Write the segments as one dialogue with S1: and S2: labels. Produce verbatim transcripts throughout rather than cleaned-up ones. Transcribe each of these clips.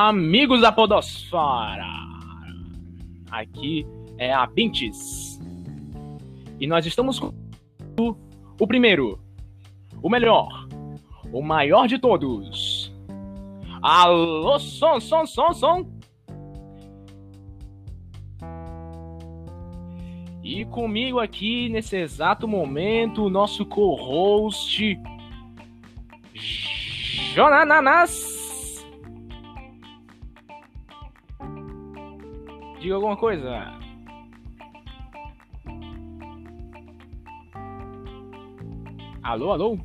S1: Amigos da Podosfera, aqui é a Bintes e nós estamos com o primeiro, o melhor, o maior de todos. Alô, som, som, som, som. E comigo aqui nesse exato momento o nosso co-host Jonanas. Diga alguma coisa. Alô, alô?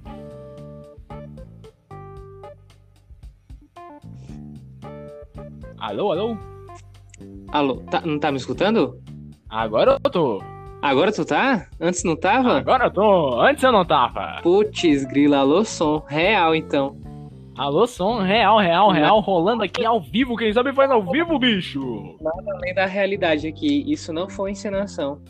S1: Alô, alô?
S2: Alô, tá, não tá me escutando?
S1: Agora eu tô.
S2: Agora tu tá? Antes não tava?
S1: Agora eu tô. Antes eu não tava.
S2: Putz, grila, alô, som. Real, então.
S1: Alô, som, real, real, real, rolando aqui ao vivo. Quem sabe faz ao vivo, bicho.
S2: Nada além da realidade aqui. Isso não foi encenação.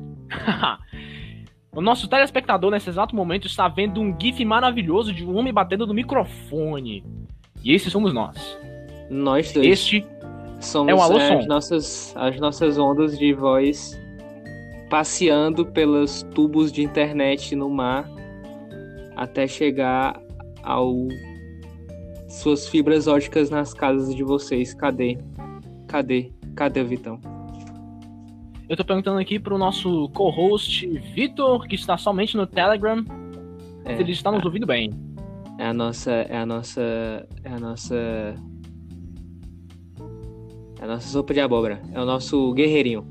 S1: O nosso telespectador, nesse exato momento, está vendo um gif maravilhoso de um homem batendo no microfone. E esses somos nós.
S2: Nós dois.
S1: Este
S2: somos
S1: é o Alô,
S2: as
S1: som.
S2: nossas, as nossas ondas de voz passeando pelos tubos de internet no mar até chegar ao suas fibras óticas nas casas de vocês. Cadê? Cadê? Cadê o Vitão?
S1: Eu tô perguntando aqui pro nosso co-host Vitor, que está somente no Telegram,
S2: É,
S1: se ele está nos ouvindo bem.
S2: é a nossa, é a nossa, é a nossa, é a nossa sopa de abóbora. É o nosso guerreirinho.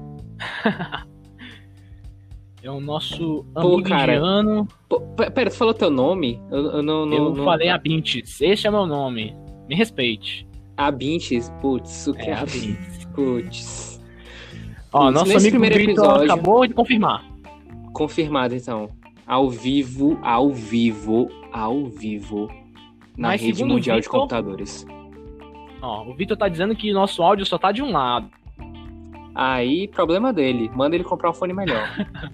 S1: É o nosso
S2: Pô,
S1: amigo
S2: cara.
S1: indiano.
S2: Pô, pe- pera, tu falou teu nome? Eu, eu não, não,
S1: Eu
S2: não...
S1: falei a Bintes. Este é meu nome. Me respeite.
S2: Abintes, putz, o que
S1: É a Bintes.
S2: Putz.
S1: Ó,
S2: Putz,
S1: nosso
S2: nesse
S1: amigo
S2: primeiro
S1: Vitor
S2: episódio-
S1: acabou de confirmar.
S2: Confirmado, então. Ao vivo, ao vivo, ao vivo. Na
S1: Mas
S2: rede
S1: segundo o
S2: mundial de
S1: Vitor-
S2: computadores.
S1: Ó, o Vitor tá dizendo que nosso áudio só tá de um lado.
S2: Aí, problema dele. Manda ele comprar um fone melhor.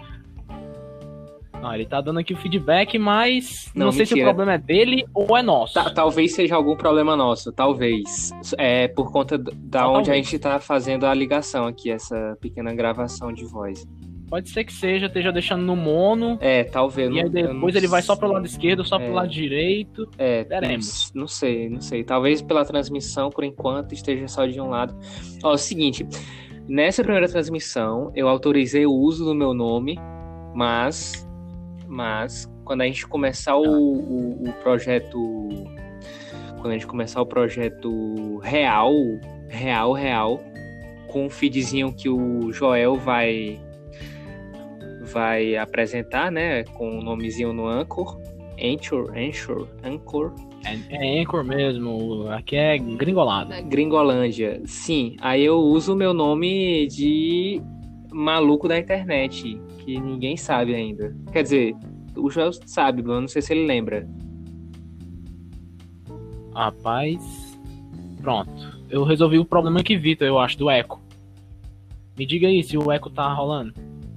S1: Ó, ele tá dando aqui o feedback, mas não,
S2: Não,
S1: sei se o
S2: mentira.
S1: problema é dele ou é nosso.
S2: Ta- talvez seja algum problema nosso, talvez. É por conta d- da
S1: Só
S2: onde
S1: talvez.
S2: a gente tá fazendo a ligação aqui, essa pequena gravação de voz.
S1: Pode ser que seja, esteja deixando no mono.
S2: É, talvez.
S1: E
S2: não-
S1: aí
S2: eu
S1: depois
S2: não
S1: ele vai só
S2: sei.
S1: pro lado esquerdo, só
S2: É.
S1: pro lado direito.
S2: É,
S1: Veremos.
S2: Não, não sei, não sei. Talvez pela transmissão, por enquanto, esteja só de um lado. Ó, é o seguinte, nessa primeira transmissão, eu autorizei o uso do meu nome, mas, mas quando a gente começar o, o, o projeto, quando a gente começar o projeto real, real, real, com um feedzinho que o Joel vai, vai apresentar, né, com o nomezinho no Anchor, Anchor, Anchor, Anchor,
S1: É, é Anchor mesmo, aqui é gringolado.
S2: Gringolândia. Sim, aí eu uso o meu nome de maluco da internet, que ninguém sabe ainda. Quer dizer, o Joel sabe, mas eu não sei se ele lembra.
S1: Rapaz, pronto. Eu resolvi o problema aqui, Vitor, eu acho, do eco. Me diga aí se o eco tá rolando.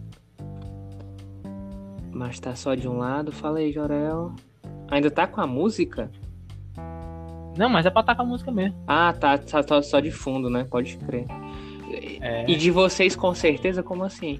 S2: Mas tá só de um lado. Fala aí, Jorel. Ainda tá com a música?
S1: Não, mas é pra estar com a música mesmo.
S2: Ah, tá, tá, tá só de fundo, né? Pode crer.
S1: É,
S2: E de vocês, com certeza, como assim?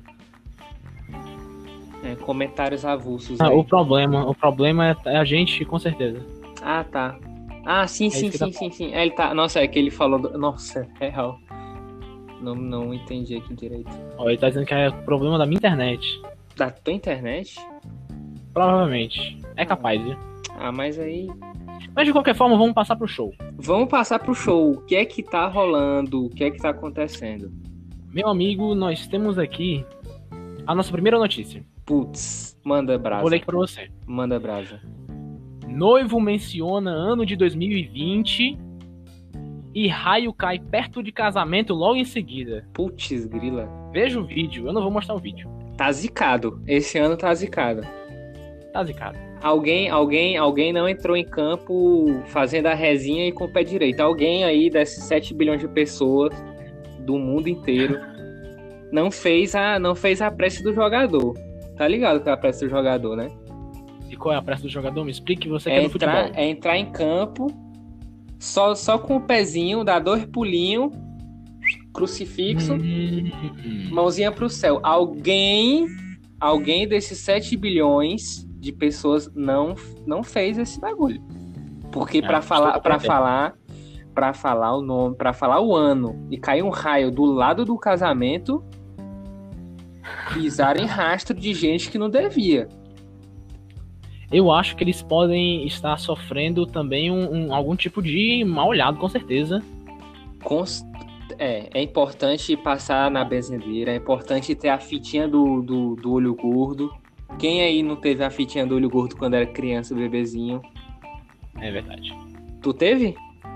S2: É, comentários avulsos
S1: ah,
S2: aí.
S1: o problema, o problema é, é a gente, com certeza.
S2: Ah, tá. Ah, sim, sim,
S1: isso que
S2: sim,
S1: tá
S2: sim, sim. É, ele tá... Nossa, é que ele falou... Do... Nossa, é real. Não, não entendi aqui direito.
S1: Ó, ele tá dizendo que é o problema da minha internet.
S2: Da tua internet?
S1: Provavelmente. É capaz, viu?
S2: Ah, mas aí...
S1: Mas de qualquer forma, vamos passar pro show.
S2: Vamos passar pro show. O que é que tá rolando? O que é que tá acontecendo?
S1: Meu amigo, nós temos aqui a nossa primeira notícia.
S2: Putz, manda brasa.
S1: Vou ler aqui pra você.
S2: Manda brasa.
S1: Noivo menciona ano de dois mil e vinte e raio cai perto de casamento logo em seguida.
S2: Putz, grila.
S1: Veja o vídeo, eu não vou mostrar o vídeo.
S2: Tá zicado. Esse ano tá zicado.
S1: Tá zicado.
S2: Alguém, alguém, alguém não entrou em campo fazendo a rezinha e com o pé direito. Alguém aí dessas sete bilhões de pessoas do mundo inteiro não fez a, não fez a prece do jogador. Tá ligado com a prece do jogador, né?
S1: E qual é a pressa do jogador? Me explique, você que
S2: É
S1: é do
S2: entrar,
S1: futebol.
S2: é entrar em campo, Só, só com o pezinho, dá dois pulinhos, crucifixo,
S1: Hum.
S2: mãozinha pro céu. Alguém, alguém desses sete bilhões de pessoas não, não fez esse bagulho. Porque
S1: É,
S2: pra
S1: estou
S2: falar, pra
S1: compreendendo.
S2: falar, pra falar o nome, pra falar o ano e cair um raio do lado do casamento, pisarem rastro de gente que não devia.
S1: Eu acho que eles podem estar sofrendo também um, um- algum tipo de mal olhado, com certeza.
S2: Cons- É, é importante passar na benzedeira, é importante ter a fitinha do, do, do olho gordo. Quem aí não teve a fitinha do olho gordo quando era criança, bebezinho?
S1: É verdade.
S2: Tu teve?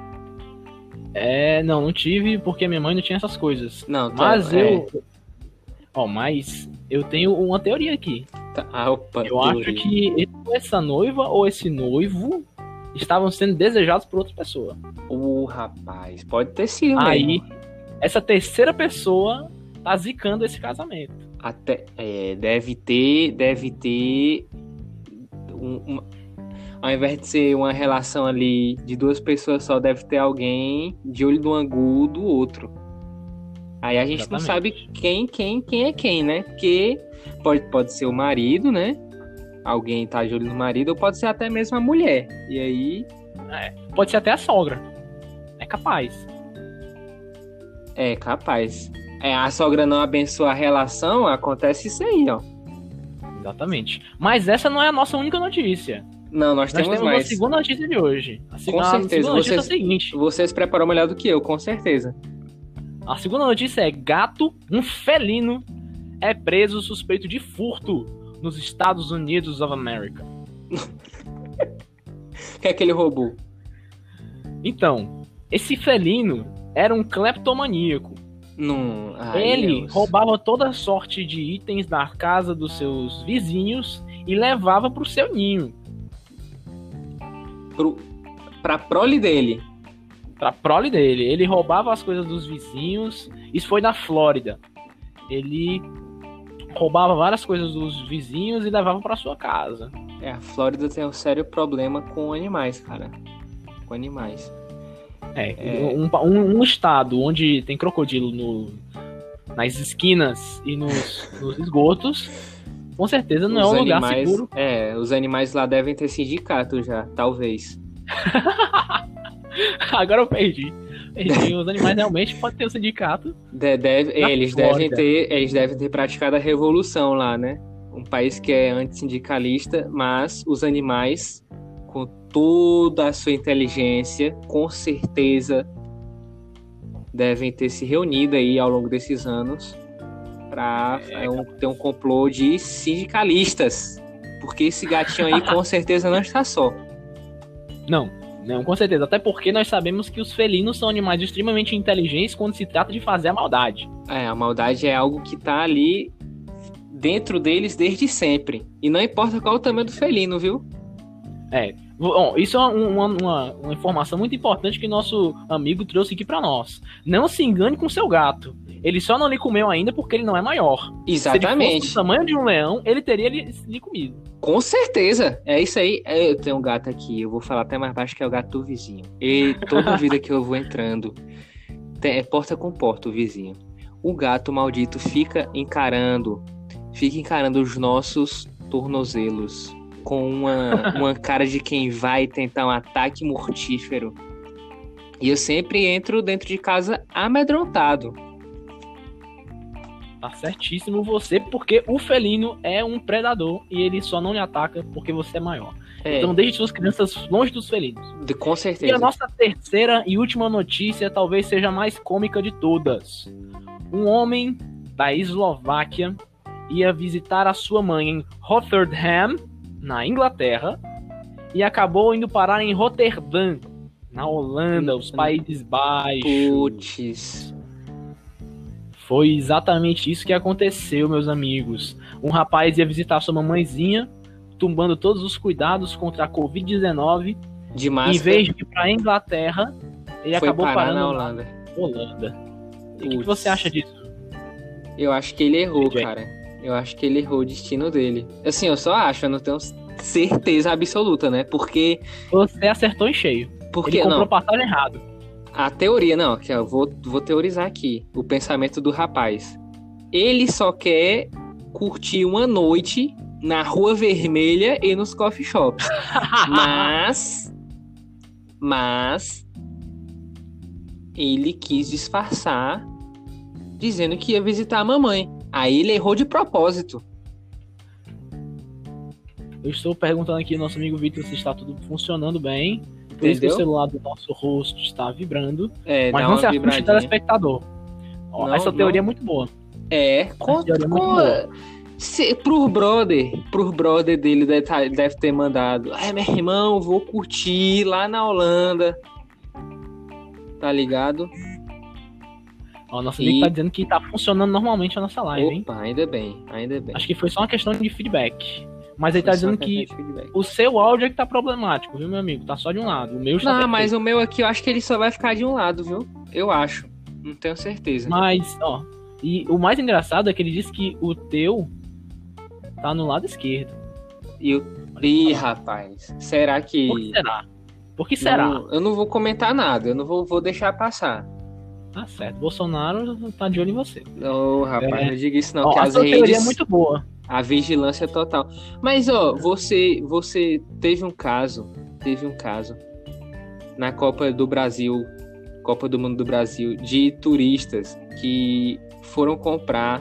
S1: É, não, não tive porque minha mãe não tinha essas coisas.
S2: Não, tu
S1: Mas
S2: é,
S1: eu. Ó, mas eu tenho uma teoria aqui.
S2: tá, ah, opa,
S1: Eu acho
S2: teoria.
S1: que essa noiva ou esse noivo estavam sendo desejados por outra pessoa.
S2: O rapaz, pode ter sido
S1: Aí,
S2: mesmo.
S1: essa terceira pessoa tá zicando esse casamento.
S2: Até, é, deve ter, deve ter um- uma- ao invés de ser uma relação ali de duas pessoas só, deve ter alguém de olho no angu do outro. Aí a gente não sabe
S1: Exatamente.
S2: quem, quem, quem é quem, né? Porque pode, pode ser o marido, né? Alguém tá de olho no marido, ou pode ser até mesmo a mulher. E aí,
S1: Pode ser até a sogra. É capaz.
S2: é capaz. É, a sogra não abençoa a relação, acontece isso aí, ó.
S1: Exatamente. Mas essa não é a nossa única notícia.
S2: Não, nós,
S1: Nós
S2: temos,
S1: temos a
S2: mais.
S1: segunda notícia de hoje. A, seg-
S2: Com
S1: a
S2: certeza,
S1: segunda notícia é a
S2: vocês-
S1: seguinte.
S2: Você se preparou melhor do que eu, com certeza.
S1: A segunda notícia é: gato, um felino, é preso suspeito de furto nos Estados Unidos of America.
S2: O que é que ele roubou?
S1: Então, esse felino era um cleptomaníaco.
S2: Não. Ai,
S1: Ele
S2: Deus.
S1: roubava toda sorte de itens da casa dos seus vizinhos e levava pro seu ninho,
S2: Pro, pra prole dele.
S1: pra prole dele. Ele roubava as coisas dos vizinhos. Isso foi na Flórida. Ele roubava várias coisas dos vizinhos e levava pra sua casa.
S2: É, a Flórida tem um sério problema com animais, cara. Com animais.
S1: É,
S2: É.
S1: Um, um- um estado onde tem crocodilo no, nas esquinas e nos, nos esgotos, com certeza não é
S2: Os
S1: um lugar
S2: animais,
S1: seguro.
S2: É, os animais lá devem ter sindicato já, talvez.
S1: Agora eu perdi. Perdi. Os animais realmente podem ter um sindicato.
S2: De- deve-
S1: Na
S2: eles, devem
S1: Flórida.
S2: ter, eles devem ter praticado a revolução lá, né? Um país que é antissindicalista, mas os animais, com toda a sua inteligência, com certeza devem ter se reunido aí ao longo desses anos para ter um complô de sindicalistas. Porque esse gatinho aí com certeza não está só.
S1: Não, não, com certeza. Até porque nós sabemos que os felinos são animais extremamente inteligentes quando se trata de fazer a maldade.
S2: É, a maldade é algo que tá ali dentro deles desde sempre. E não importa qual o tamanho do felino, viu?
S1: É. Bom, isso é uma, uma, uma informação muito importante que nosso amigo trouxe aqui pra nós. Não se engane com seu gato. Ele só não lhe comeu ainda porque ele não é maior. Se ele
S2: Exatamente.
S1: fosse do tamanho de um leão, ele teria lhe, lhe comido.
S2: Com certeza. É isso aí. É, Eu tenho um gato aqui, eu vou falar até mais baixo, que é o gato do vizinho. E toda vida que eu vou entrando, tem- é porta com porta o vizinho. O gato maldito fica encarando, fica encarando os nossos tornozelos com uma, uma cara de quem vai tentar um ataque mortífero. E eu sempre entro dentro de casa amedrontado.
S1: Tá certíssimo você, porque o felino é um predador e ele só não lhe ataca porque você é maior.
S2: É,
S1: Então deixe suas crianças longe dos felinos.
S2: de- com
S1: E a
S2: certeza.
S1: nossa terceira e última notícia talvez seja a mais cômica de todas. Um homem da Eslováquia ia visitar a sua mãe em Rotterdam, na Inglaterra, e acabou indo parar em Roterdã, na Holanda, os Países Baixos.
S2: Puts.
S1: Foi exatamente isso que aconteceu, meus amigos. Um rapaz ia visitar sua mamãezinha, tomando todos os cuidados contra a covid dezenove.
S2: De
S1: Em
S2: máscara,
S1: vez de ir pra Inglaterra, ele
S2: foi
S1: acabou
S2: parar
S1: parando
S2: na
S1: na
S2: Holanda.
S1: Holanda. E o que, que
S2: Putz.
S1: você acha disso?
S2: Eu acho que ele errou,
S1: Jay.
S2: cara. Eu acho que ele errou o destino dele. Assim, eu só acho, eu não tenho certeza absoluta, né? Porque,
S1: Você acertou em cheio.
S2: Porque
S1: Ele comprou
S2: não,
S1: passagem errado.
S2: a teoria, não, que eu vou, vou teorizar aqui o pensamento do rapaz. Ele só quer curtir uma noite na Rua Vermelha e nos coffee shops. Mas, mas, ele quis disfarçar dizendo que ia visitar a mamãe. Aí ele errou de propósito.
S1: Eu estou perguntando aqui ao nosso amigo Vitor se está tudo funcionando bem. Por isso que o
S2: Entendeu?
S1: celular do nosso rosto está vibrando.
S2: É,
S1: Mas
S2: dá
S1: não
S2: uma
S1: se assuste,
S2: vibradinha.
S1: telespectador. Ó,
S2: Não,
S1: essa teoria
S2: não.
S1: é muito boa.
S2: É, com,
S1: teoria é muito
S2: com,
S1: boa.
S2: se, pro brother, pro brother dele deve, tá- deve ter mandado. É, meu irmão, vou curtir lá na Holanda. Tá ligado?
S1: Ó, nosso
S2: E-
S1: amigo tá dizendo que tá funcionando normalmente a nossa live, hein?
S2: Opa, ainda bem, ainda bem.
S1: Acho que foi só uma questão de feedback. Mas ele
S2: Foi
S1: tá
S2: só
S1: dizendo
S2: questão
S1: que
S2: de feedback.
S1: o seu áudio é que tá problemático, viu, meu amigo? Tá só de um lado. O meu está
S2: Não,
S1: perfeito.
S2: mas o meu aqui eu acho que ele só vai ficar de um lado, viu? Eu acho. Não tenho certeza.
S1: Mas, ó, e o mais engraçado é que ele disse que o teu tá no lado esquerdo.
S2: E o... Ih, rapaz, será que.
S1: Por que será? Por que será?
S2: Não, eu não vou comentar nada, eu não vou, vou deixar passar.
S1: Tá certo. Bolsonaro tá de olho em você.
S2: Ô, rapaz,
S1: É.
S2: não diga isso não,
S1: Ó,
S2: que
S1: a
S2: as
S1: sua teoria
S2: redes.
S1: é muito boa.
S2: A vigilância é total. Mas, ó, você, você teve um caso, teve um caso na Copa do Brasil, Copa do Mundo do Brasil, de turistas que foram comprar.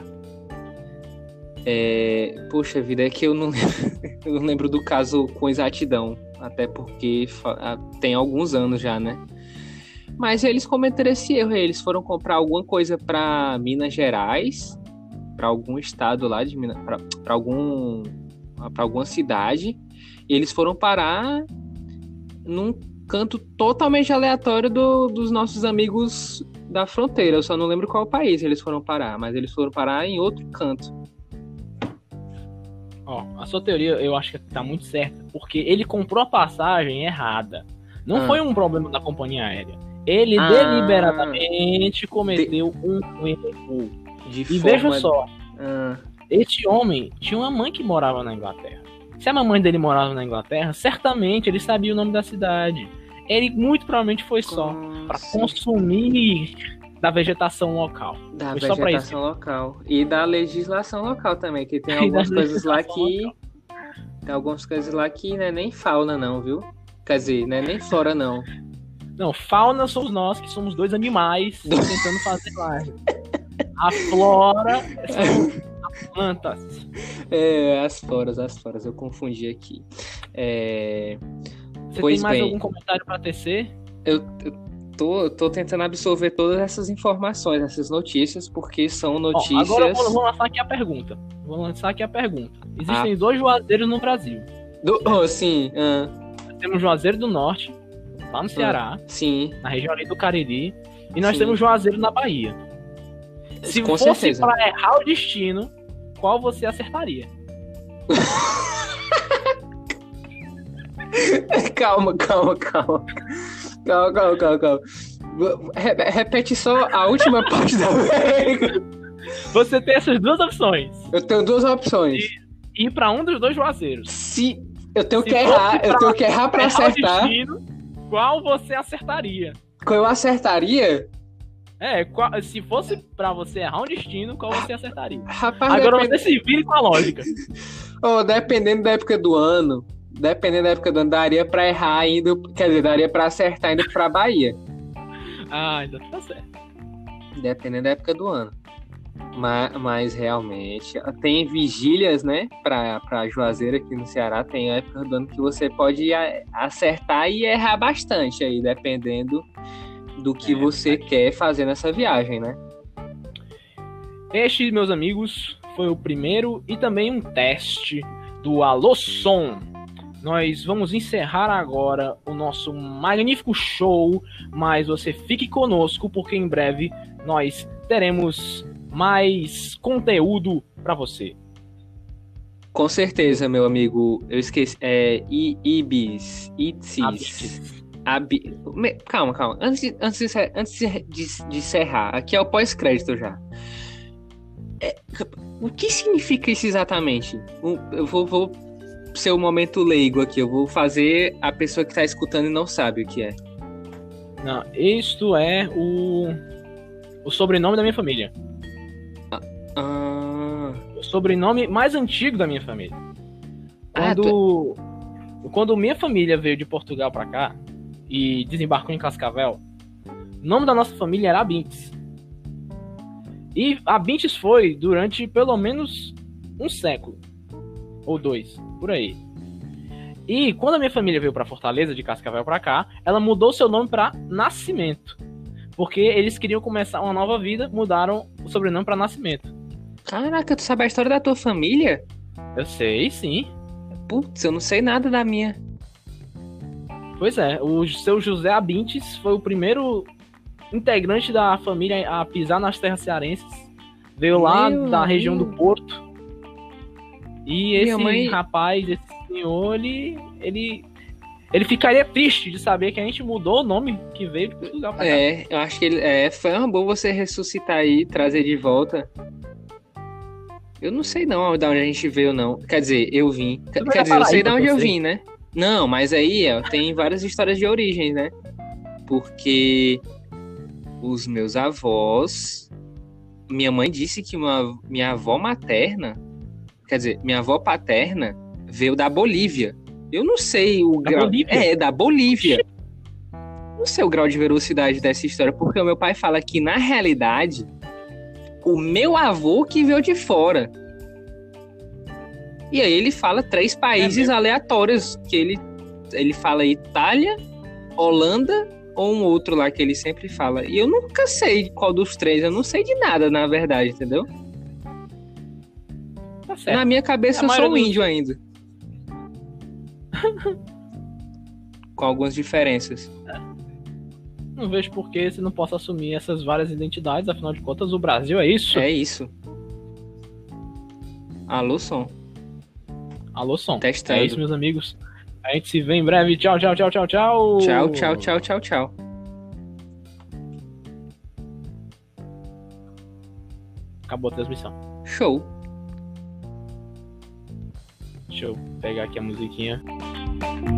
S2: É, poxa vida, é que eu não, lembro, eu não lembro do caso com exatidão, até porque fa- ah, tem alguns anos já, né? Mas eles cometeram esse erro, eles foram comprar alguma coisa para Minas Gerais, para algum estado lá de Minas, para algum para alguma cidade, e eles foram parar num canto totalmente aleatório do- dos nossos amigos da fronteira. Eu só não lembro qual país eles foram parar, mas eles foram parar em outro canto.
S1: Ó, a sua teoria eu acho que tá muito certa, porque ele comprou a passagem errada. Não
S2: Ah.
S1: foi um problema da companhia aérea. Ele
S2: Ah.
S1: deliberadamente cometeu um erro.
S2: De
S1: E
S2: forma...
S1: veja só,
S2: Ah,
S1: este homem tinha uma mãe que morava na Inglaterra. Se a mamãe dele morava na Inglaterra, certamente ele sabia o nome da cidade. Ele muito provavelmente foi só para
S2: nossa,
S1: consumir da vegetação local.
S2: da
S1: foi só pra
S2: vegetação local e da legislação local também, que tem
S1: E da
S2: algumas coisas lá
S1: legislação
S2: que tem algumas coisas lá que não é nem fauna não, viu? Quer dizer, não é nem flora não.
S1: Não, fauna somos nós, que somos dois animais tentando fazer live. A flora são as plantas.
S2: É, as floras, as floras, eu confundi aqui. É,
S1: Você
S2: Pois
S1: tem mais
S2: bem.
S1: algum comentário para tecer?
S2: eu, eu tô, tô tentando absorver todas essas informações, essas notícias, porque são
S1: Ó,
S2: notícias.
S1: agora eu vou, vou lançar aqui a pergunta. Vou lançar aqui a pergunta. Existem
S2: Ah.
S1: dois juazeiros no Brasil.
S2: Do... Oh, sim, ah,
S1: Temos Juazeiro do Norte, lá no Ceará,
S2: sim,
S1: na região ali do Cariri, e nós
S2: Sim.
S1: temos Juazeiro na Bahia. Se
S2: com
S1: fosse
S2: certeza.
S1: para errar o destino, qual você acertaria?
S2: Calma, calma, calma. Calma, calma, calma, calma. Re- Repete só a última parte da pergunta.
S1: Você tem essas duas opções.
S2: Eu tenho duas opções.
S1: Ir para um dos dois Juazeiros.
S2: Se eu tenho
S1: Se
S2: que
S1: fosse
S2: errar, eu
S1: pra-
S2: tenho que errar pra
S1: Errar o
S2: acertar.
S1: destino, qual você acertaria?
S2: Qual eu acertaria?
S1: É, qual- se fosse pra você errar um destino, qual você acertaria?
S2: Rapaz,
S1: Agora
S2: depend-
S1: você se vire com a lógica.
S2: oh, dependendo da época do ano, dependendo da época do ano, daria pra errar indo, quer dizer, daria pra acertar indo pra Bahia.
S1: Ah, então tá certo.
S2: Dependendo da época do ano. Mas, mas realmente, tem vigílias, né, pra, pra Juazeiro aqui no Ceará, tem época do ano que você pode a- acertar e errar bastante aí, dependendo do que
S1: É,
S2: você quer fazer nessa viagem, né?
S1: Este, meus amigos, foi o primeiro e também um teste do Alô Som. Nós vamos encerrar agora o nosso magnífico show, mas você fique conosco porque em breve nós teremos mais conteúdo para você.
S2: Com certeza, meu amigo. Eu esqueci. É I- Ibis. Itsis.
S1: Abistes.
S2: Abi... Me- Calma, calma. Antes, de, antes, de, antes de, de, de encerrar, aqui é o pós-crédito já. É, o que significa isso exatamente? Um- Eu vou, vou ser o momento leigo aqui. Eu vou fazer a pessoa que tá escutando e não sabe o que é.
S1: Não, isto é o, o sobrenome da minha família.
S2: Ah,
S1: O sobrenome mais antigo da minha família.
S2: Ah,
S1: Quando, quando minha família veio de Portugal pra cá e desembarcou em Cascavel, o nome da nossa família era Abintes. E Abintes foi durante pelo menos um século. Ou dois, por aí. E quando a minha família veio pra Fortaleza, de Cascavel pra cá, ela mudou seu nome pra Nascimento. Porque eles queriam começar uma nova vida, mudaram o sobrenome pra Nascimento.
S2: caraca, tu sabe a história da tua família?
S1: Eu sei, sim.
S2: Putz, eu não sei nada da minha.
S1: Pois é, o seu José Abintes foi o primeiro integrante da família a pisar nas terras cearenses. Veio lá
S2: Meu
S1: da região
S2: amigo.
S1: do Porto. E
S2: Minha
S1: esse
S2: mãe-
S1: rapaz, esse senhor, ele, ele, ele ficaria triste de saber que a gente mudou o nome que veio de Portugal pra cá.
S2: É, eu acho que ele. É, foi uma boa você ressuscitar aí, trazer de volta. Eu não sei não de onde a gente veio, não. Quer dizer, eu vim. Quer
S1: vai
S2: dizer, eu
S1: da
S2: sei de
S1: Paraíba,
S2: onde eu
S1: eu sei.
S2: vim, né? Não, mas aí, ó, tem várias histórias de origem, né? Porque os meus avós. Minha mãe disse que uma, minha avó materna. Quer dizer, minha avó paterna veio da Bolívia. Eu não sei o
S1: Da
S2: grau.
S1: Bolívia?
S2: É, da Bolívia. Não sei o grau de velocidade dessa história, porque o meu pai fala que, na realidade, o meu avô que veio de fora. E aí ele fala três países
S1: mesmo?
S2: aleatórios, que ele, ele fala Itália, Holanda ou um outro lá que ele sempre fala. E eu nunca sei qual dos três, eu não sei de nada, na verdade, entendeu?
S1: Tá certo.
S2: Na minha cabeça
S1: A
S2: eu sou
S1: maioria
S2: um
S1: dos-
S2: índio ainda. Com algumas diferenças.
S1: Não vejo por que você não possa assumir essas várias identidades, afinal de contas, o Brasil é isso.
S2: É isso. Alô, som.
S1: Alô, som.
S2: Testando.
S1: É isso, meus amigos. A gente se vê em breve. Tchau, tchau, tchau, tchau, tchau.
S2: Tchau, tchau, tchau, tchau, tchau.
S1: Acabou a transmissão.
S2: Show.
S1: Deixa eu pegar aqui a musiquinha.